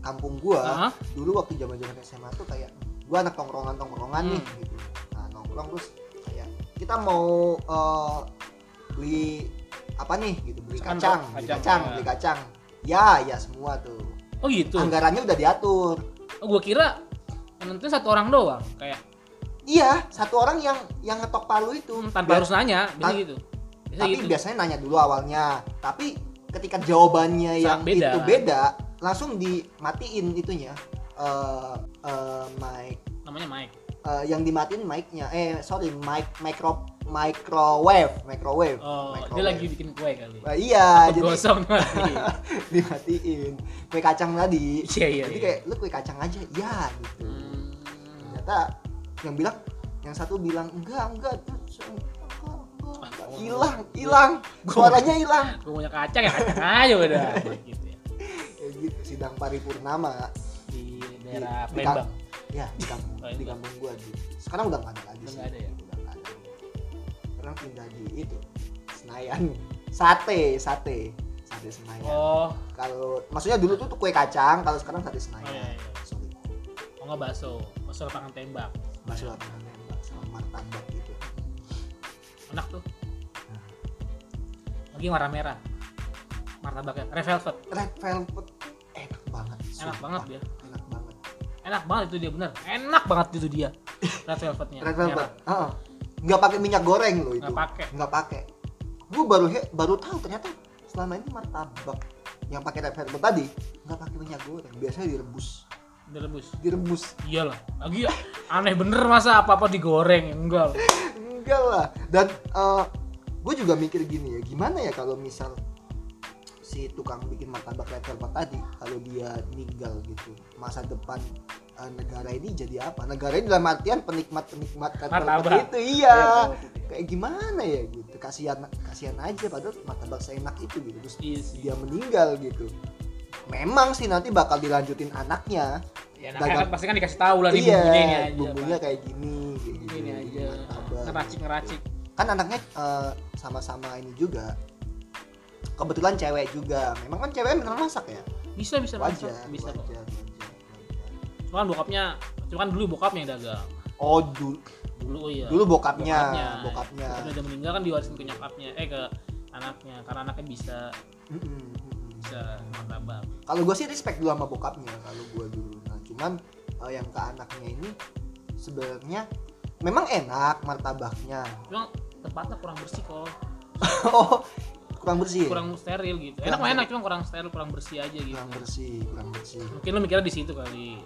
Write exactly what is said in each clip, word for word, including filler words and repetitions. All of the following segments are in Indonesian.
kampung gua uh-huh. dulu waktu zaman-zaman S M A tuh kayak gua anak tongkrongan-tongkrongan hmm. nih gitu. Nah, nongkrong terus kayak kita mau uh, beli apa nih gitu, beli kacang, beli kacang, beli kacang. Ya, ya semua tuh. Oh gitu. Anggarannya udah diatur. Oh, gua kira nentuin satu orang doang, kayak iya, satu orang yang yang ngetok palu itu hmm, tanpa biar, harus nanya, biasa ta- gitu. Biasa tapi gitu. biasanya nanya dulu awalnya. Tapi ketika jawabannya yang beda. itu beda, langsung dimatiin itunya. Uh, uh, mic. Namanya mic. Uh, yang dimatiin mic-nya. Eh, sorry, mic micro microwave, microwave. Oh, microwave. dia lagi bikin kue kali. Nah, iya, jadi gosong mati. Dimatiin. Kue kacang tadi. Iya, iya. Jadi iya. kayak lu kue kacang aja. Ya, gitu. Hmm. Ternyata yang bilang yang satu bilang enggak, enggak, hilang, hilang. Suaranya hilang. Gua punya kacang ya kacang aja udah gitu ya. Kayak gitu, sidang paripurnama di daerah di, Palembang. Di, ya, di kampung, di kampung gua di. Sekarang udah enggak ada lagi. Udah enggak ada ya. Sekarang pindah di itu Senayan, sate sate sate Senayan. Oh, kalau maksudnya dulu tuh, tuh kue kacang, kalau sekarang sate Senayan. Oh, iya, iya. Sorry. Oh nggak bakso, bakso lapangan tembak. Bakso lapangan tembak sama martabak gitu. Enak tuh. Nah. Lagi warna merah. Martabaknya red velvet. Red velvet enak banget. Enak sumpah. banget dia. Enak banget. Enak banget itu dia bener. Enak banget itu dia. Red velvetnya. Red velvet. Heeh. Nggak pakai minyak goreng loh itu. Nggak pakai. Nggak pakai. Gue baru he, baru tahu ternyata selama ini martabak yang pakai red velvet tadi nggak pakai minyak goreng. Biasanya direbus. Direbus. Direbus. Iyalah. Lagi ya, aneh bener masa apa-apa digoreng. Enggak. Enggak lah. Dan uh, gue juga mikir gini ya, gimana ya kalau misal si tukang bikin martabak red velvet tadi kalau dia meninggal gitu, masa depan uh, negara ini jadi apa? Negara ini dalam artian penikmat-penikmat red velvet itu, iya. Kayak gimana ya gitu? Kasihan kasihan aja padahal martabak seenak itu gitu. Terus yes, dia meninggal gitu. Memang sih nanti bakal dilanjutin anaknya. Ya, anaknya kan pasti kan dikasih tahu lah nih iya, bumbunya ini aja. Bumbunya kayak gini, kayak gini, gini aja. Ngeracik-ngeracik. Kan anaknya uh, sama-sama ini juga. Kebetulan cewek juga. Memang kan cewek bener masak ya? Bisa bisa wajar, masak. Bisa wajar, wajar, wajar. Cuman bokapnya, cuman dulu bokapnya yang dagang. Oh, dulu. Dulu iya. Dulu bokapnya, bokapnya. Bokapnya. Bokapnya udah meninggal kan diwarisin ke nyokapnya, eh ke anaknya karena anaknya bisa. Mm-hmm. Bisa martabak. Kalau gue sih respect dulu sama bokapnya kalau gue dulu. Nah, cuman uh, yang ke anaknya ini sebenarnya memang enak martabaknya. Cuma tempatnya kurang bersih kok. Oh, kurang bersih. Kurang steril gitu. Enak mah enak, cuma kurang steril, kurang bersih aja gitu. Kurang bersih, kurang bersih. Mungkin lo mikirnya di situ kali.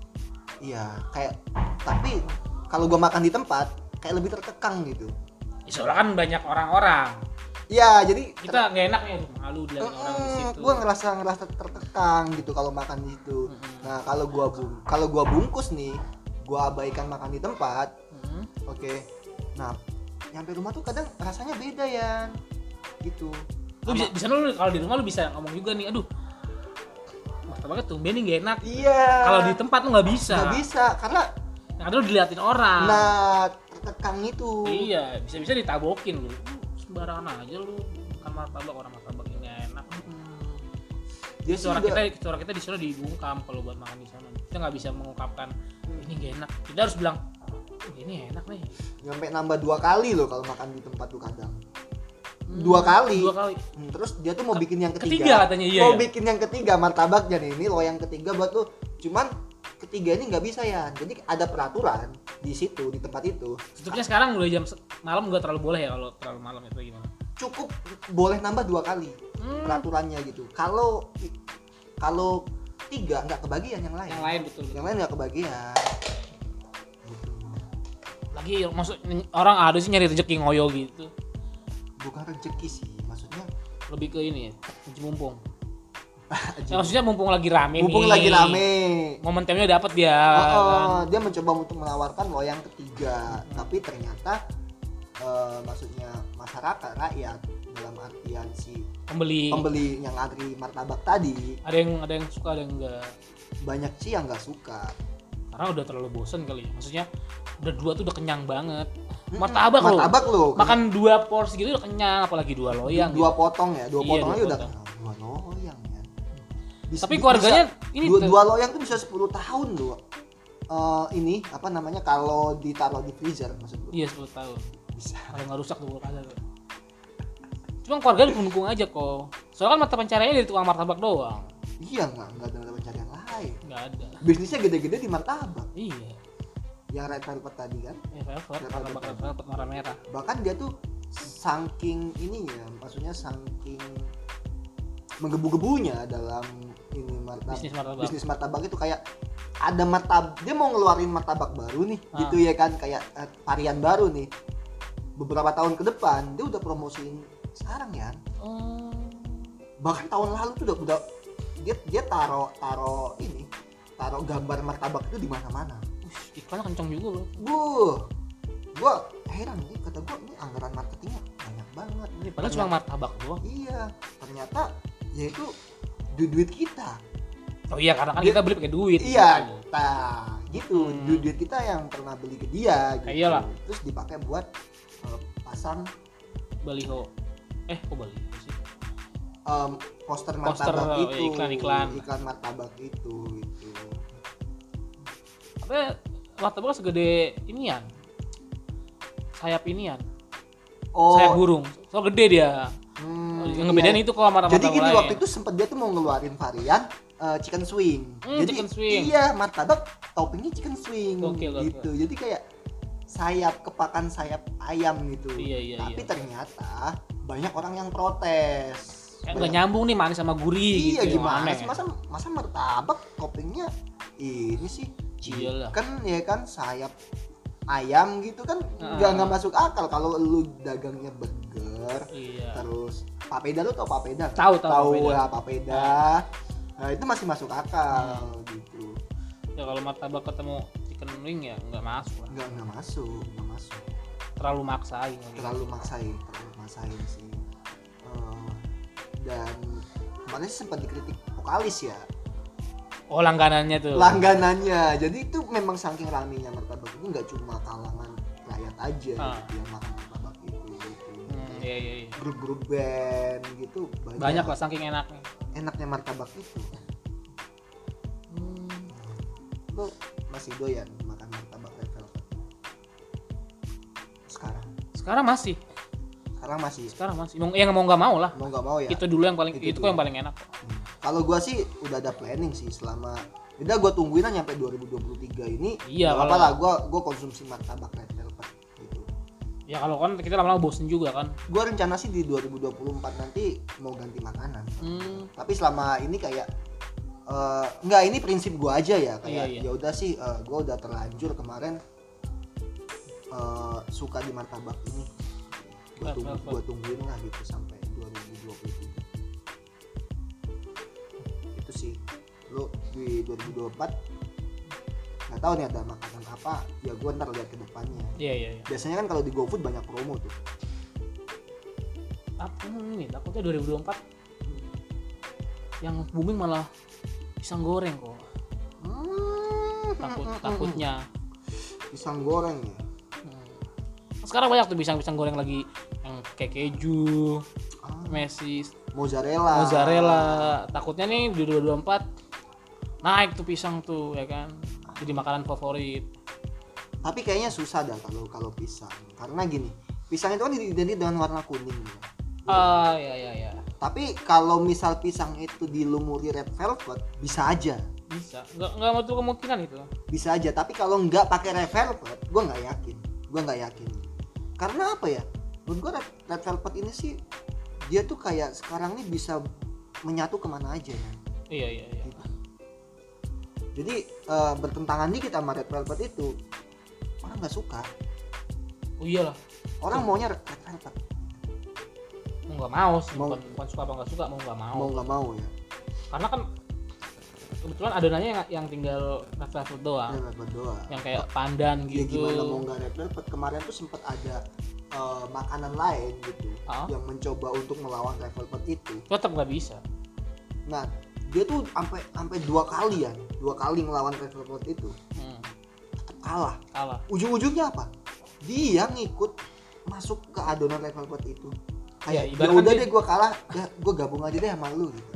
Iya, kayak tapi kalau gue makan di tempat kayak lebih terkekang gitu. Ya, soalnya kan banyak orang-orang. Ya, jadi kita nggak enak ya, malu dilihat mm, orang di situ. Gue ngerasa ngerasa tertekan gitu kalau makan di situ. Mm-hmm. Nah, kalau gue bung, kalau gue bungkus nih, gue abaikan makan di tempat. Mm-hmm. Oke. Okay. Nah, nyampe rumah tuh kadang rasanya beda ya, gitu. Lu bisa, bisa lu kalau di rumah lu bisa ngomong juga nih, aduh, martabaknya tumben nih gak enak. Iya. Kalau di tempat lu nggak bisa. Nggak bisa, karena yang ada lu diliatin orang. Nah, tertekan itu. Iya, bisa-bisa ditabokin lu. Sembarangan aja lu makan martabak, orang martabak ini enak. Hmm. Jadi suara juga, kita suara kita disuruh dibungkam kalau buat makan di sana. Kita nggak bisa mengungkapkan ini gak enak. Kita harus bilang ini enak nih. Sampai nambah dua kali loh kalau makan di tempat tuh kadang. Hmm, dua kali. Dua kali. Hmm, terus dia tuh mau bikin yang ketiga. Ketiga katanya iya. Mau ya? bikin yang ketiga martabaknya nih. Ini loh yang ketiga buat lu. Cuman ketiga ini nggak bisa ya. Jadi ada peraturan di situ, di tempat itu. Tutupnya sekarang udah jam malam, nggak terlalu boleh ya kalau terlalu malam itu gimana? Cukup boleh nambah dua kali hmm. peraturannya gitu. Kalau kalau tiga nggak kebagian yang lain. Yang lain betul. Yang lain nggak kebagian. Gitu. Lagi maksud orang ada sih nyari rezeki ngoyo gitu. Bukan rezeki sih, maksudnya lebih ke ini ya, mumpung. Ya, maksudnya mumpung lagi rame mumpung nih. lagi rame. Momentumnya dapat dia. Oh, oh, kan? Dia mencoba untuk menawarkan loyang ketiga, hmm. tapi ternyata uh, maksudnya masyarakat rakyat dalam artian si pembeli pembeli yang antri martabak tadi. Ada yang ada yang suka, ada yang enggak. Banyak sih yang enggak suka. Karena udah terlalu bosan kali ya. Maksudnya udah dua tuh udah kenyang banget. Martabak hmm, martabak lo. Makan dua porsi gitu udah kenyang, apalagi dua loyang. Dua gitu. potong ya, dua iya, potong dua aja udah potong. dua loyang ya. Bis- Tapi bi- keluarganya bisa, ini dua, tuh- dua loyang tuh bisa sepuluh tahun loh. Eh, ini apa namanya kalau ditaruh di freezer maksud gue. Iya sepuluh tahun. Bisa. Kalau nggak rusak tuh kulkasnya tuh. Cuma keluarga dukung-dukung aja kok. Soalnya kan mata pencariannya dari tukang martabak doang. Iya nggak nggak ada mata pencarian lain. Nggak ada. Bisnisnya gede-gede di martabak. Iya. Yang red velvet tadi kan. Eh, velvet, Red martabak velvet. red velvet warna merah. Bahkan dia tuh saking ininya, maksudnya saking menggebu-gebunya dalam ini martabak. Bisnis martabak. Bisnis martabak itu kayak ada martabak, dia mau ngeluarin martabak baru nih, Ah. gitu ya kan, kayak eh, varian baru nih. Beberapa tahun ke depan dia udah promosiin sekarang ya. Oh. Bahkan tahun lalu tuh udah, udah dia dia taruh taruh ini, taruh gambar martabak itu di mana-mana. Ush, iklannya kenceng juga loh. Buh, gua heran nih, kata gua ini anggaran marketingnya banyak banget. Ini padahal cuma martabak doang. Iya, ternyata ya itu du- duit kita. Oh iya karena kan Dia- kita beli pakai duit. Iya, gitu. nah gitu Hmm. duit duit kita yang pernah beli ke dia. Gitu. Ah, iyalah. Terus dipakai buat uh, pasang Baliho. Eh kok baliho sih? um, poster Poster, martabak oh, itu, iklan-iklan. iklan martabak itu, gitu. Apa martabak segede inian. Sayap inian. Oh, Sayap burung. So gede dia. hmm, Yang ngebedain iya. itu kalau martabak Jadi gini lain. waktu itu sempat dia tuh mau ngeluarin varian uh, chicken swing. Hmm, Jadi chicken swing. iya martabak toppingnya chicken swing Gokil, gokil. gitu. Jadi kayak sayap kepakan sayap ayam gitu. Iya, iya, Tapi iya. ternyata banyak orang yang protes. Kayak Banyak- nggak nyambung nih manis sama gurih Iya gitu. gimana Aneh. sih masa masa martabak toppingnya ini sih Iyalah. kan ya kan sayap ayam gitu kan Ah. nggak nggak masuk akal kalau lu dagangnya burger Iya. terus papeda lu tau papeda kan? Tahu, tahu tahu papeda. ya papeda nah itu masih masuk akal gitu Ya kalau martabak ketemu chicken wing ya nggak masuk lah. nggak nggak masuk nggak masuk Terlalu maksain. lagi. terlalu maksain terlalu maksain sih. Eh, dan kemarin sih sempat dikritik vokalis ya Oh langganannya tuh. langganannya. Jadi itu memang saking ramenya martabak itu nggak cuma kalangan rakyat aja Ah. gitu yang makan martabak itu gitu. Hmm, iya iya iya. Grup-grup band gitu banyak, Banyak lah saking enaknya. enaknya martabak itu. Hmm. Lo masih doyan makan martabak red velvet? Sekarang? Sekarang masih. Sekarang masih. Sekarang masih. Mau yang mau nggak mau lah. Mau nggak mau ya. Itu dulu yang paling Itu itu, dulu. kok yang paling enak. Hmm. Kalau gua sih udah ada planning sih selama udah gua tungguin aja sampai dua ribu dua puluh tiga ini. Iya, Gak apa kalau- lah gua gua konsumsi martabak red velvet gitu. Ya kalau kan kita lama-lama bosen juga kan. Gua rencana sih di dua ribu dua puluh empat nanti mau ganti makanan. Hmm. Tapi selama ini kayak eh enggak ini prinsip gua aja ya kayak Iya, iya. ya udah sih eh, gua udah terlanjur kemarin eh suka di martabak ini. Gua, Red tunggu, velvet. gua tungguin lah gitu sampai dua ribu dua puluh tiga. Itu sih. Lu di dua ribu dua puluh empat nggak tahu nih ada makanan apa ya gua ntar lihat ke depannya. Iya iya iya. Biasanya kan kalau di GoFood banyak promo tuh. Tapi ini takutnya dua ribu dua puluh empat yang booming malah pisang goreng kok. Hmm, Takut hmm, hmm, takutnya. hmm. Pisang goreng ya. Hmm. Sekarang banyak tuh pisang-pisang goreng lagi yang kayak keju, Ah, mesis, mozzarella. mozzarella. Takutnya nih di dua ribu dua puluh empat naik tuh pisang tuh ya kan. Jadi makanan favorit. Tapi kayaknya susah dah kalau kalau pisang. Karena gini, pisang itu kan identik dengan warna kuning ya. Ah ya ya ya. Tapi kalau misal pisang itu dilumuri red velvet bisa aja. Bisa. Enggak enggak mau tuh kemungkinan itu. Bisa aja, tapi kalau nggak pakai red velvet, gua nggak yakin. Gua nggak yakin. Karena apa ya? Menurut gua red, red velvet ini sih dia tuh kayak sekarang ini bisa menyatu kemana aja ya. Iya iya iya. Gitu. Jadi eh, bertentangan dikit sama red velvet itu orang nggak suka. Oh iyalah. Orang maunya red velvet. Mau nggak mau sih. Mau. Bukan, bukan suka apa nggak suka, mau nggak mau. Mau nggak mau ya. Karena kan kebetulan adonannya yang, yang tinggal red velvet doang. Red velvet doang. Yang kayak pandan Ya gitu. gimana mau nggak red velvet, kemarin tuh sempat ada eh, makanan lain gitu Ah? yang mencoba untuk melawan red velvet itu. Tetap nggak bisa. Nah dia tuh sampai sampai dua kali ya dua kali melawan red velvet itu Hmm. tetap kalah. Kalah. Ujung-ujungnya apa, dia ngikut masuk ke adonan red velvet itu Ya, kayak ya, ibaratkan udah dia- deh gue kalah ya gue gabung aja deh sama lu gitu.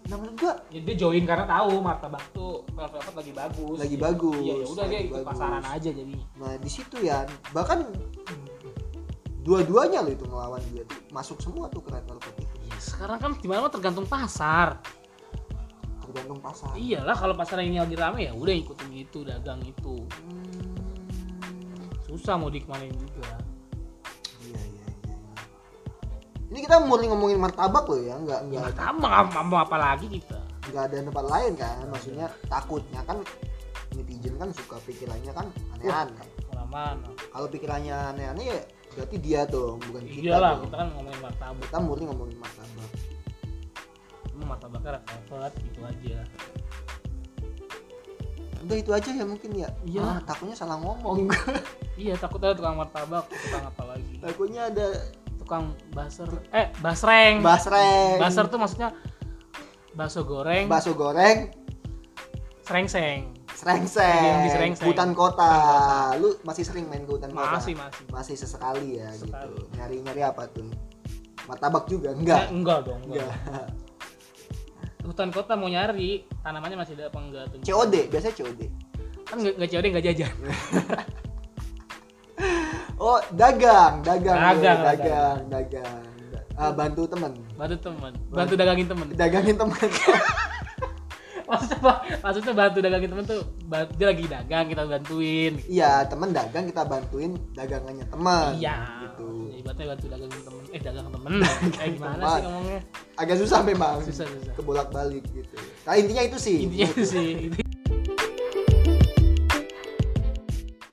Nah menurut gua ya dia join karena tahu martabak tuh Red Velvet lagi bagus. lagi gitu. bagus. Iya ya udah dia lagi ikut bagus. pasaran aja jadi. Nah di situ ya bahkan dua-duanya lo itu ngelawan dia tuh masuk semua tuh ke Red Velvet itu. Ya, sekarang kan di mana tergantung pasar. Tergantung pasar. Iyalah kalau pasar ini lagi rame ya udah ikutin itu dagang itu. Hmm. Susah mau dikemanin juga. Iya iya iya. Ini kita murni ngomongin martabak loh ya, nggak nggak Ya tambah mau apa lagi kita. nggak ada tempat lain kan, maksudnya takutnya kan netizen kan suka pikirannya kan aneh-aneh. Mana-mana. Kalau pikirannya aneh-aneh ya berarti dia dong, bukan kita. Iyalah dong. kita kan ngomongin martabak. Kita murni ngomongin martabak. Emang martabaknya Red Velvet gitu aja. Udah itu aja ya mungkin ya. Iya. Ah, takutnya salah ngomong. Iya takutnya tukang martabak, tukang apa lagi? Takutnya ada Tukang baser, eh basreng. basreng. Baser tuh maksudnya bakso goreng, bakso goreng, serengseng. serengseng, Yang di Serengseng. hutan kota. Hutan kota. Lu masih sering main ke hutan kota? Masih masih. Masih sesekali ya Sekali. gitu. Nyari-nyari apa tuh? Martabak juga enggak? Eh, enggak dong, enggak. Enggak. Hutan kota mau nyari tanamannya masih ada apa enggak tuh? C O D, biasanya C O D. Kan enggak enggak C O D enggak jajan. Oh, dagang, dagang, Dagang, ya, dagang, dagang. Ah, bantu teman. Bantu teman, bantu dagangin teman. Dagangin teman. Maksudnya apa? Maksudnya bantu dagangin teman tuh, bantu, dia lagi dagang kita bantuin. Iya, teman dagang kita bantuin dagangannya teman. Iya. Gitu. Jadi ibaratnya bantu dagangin teman. Eh dagang teman. Kayak gimana teman. sih ngomongnya? Agak susah memang. Susah susah. Kebolak-balik gitu. Nah, intinya itu sih. Intinya itu sih, itu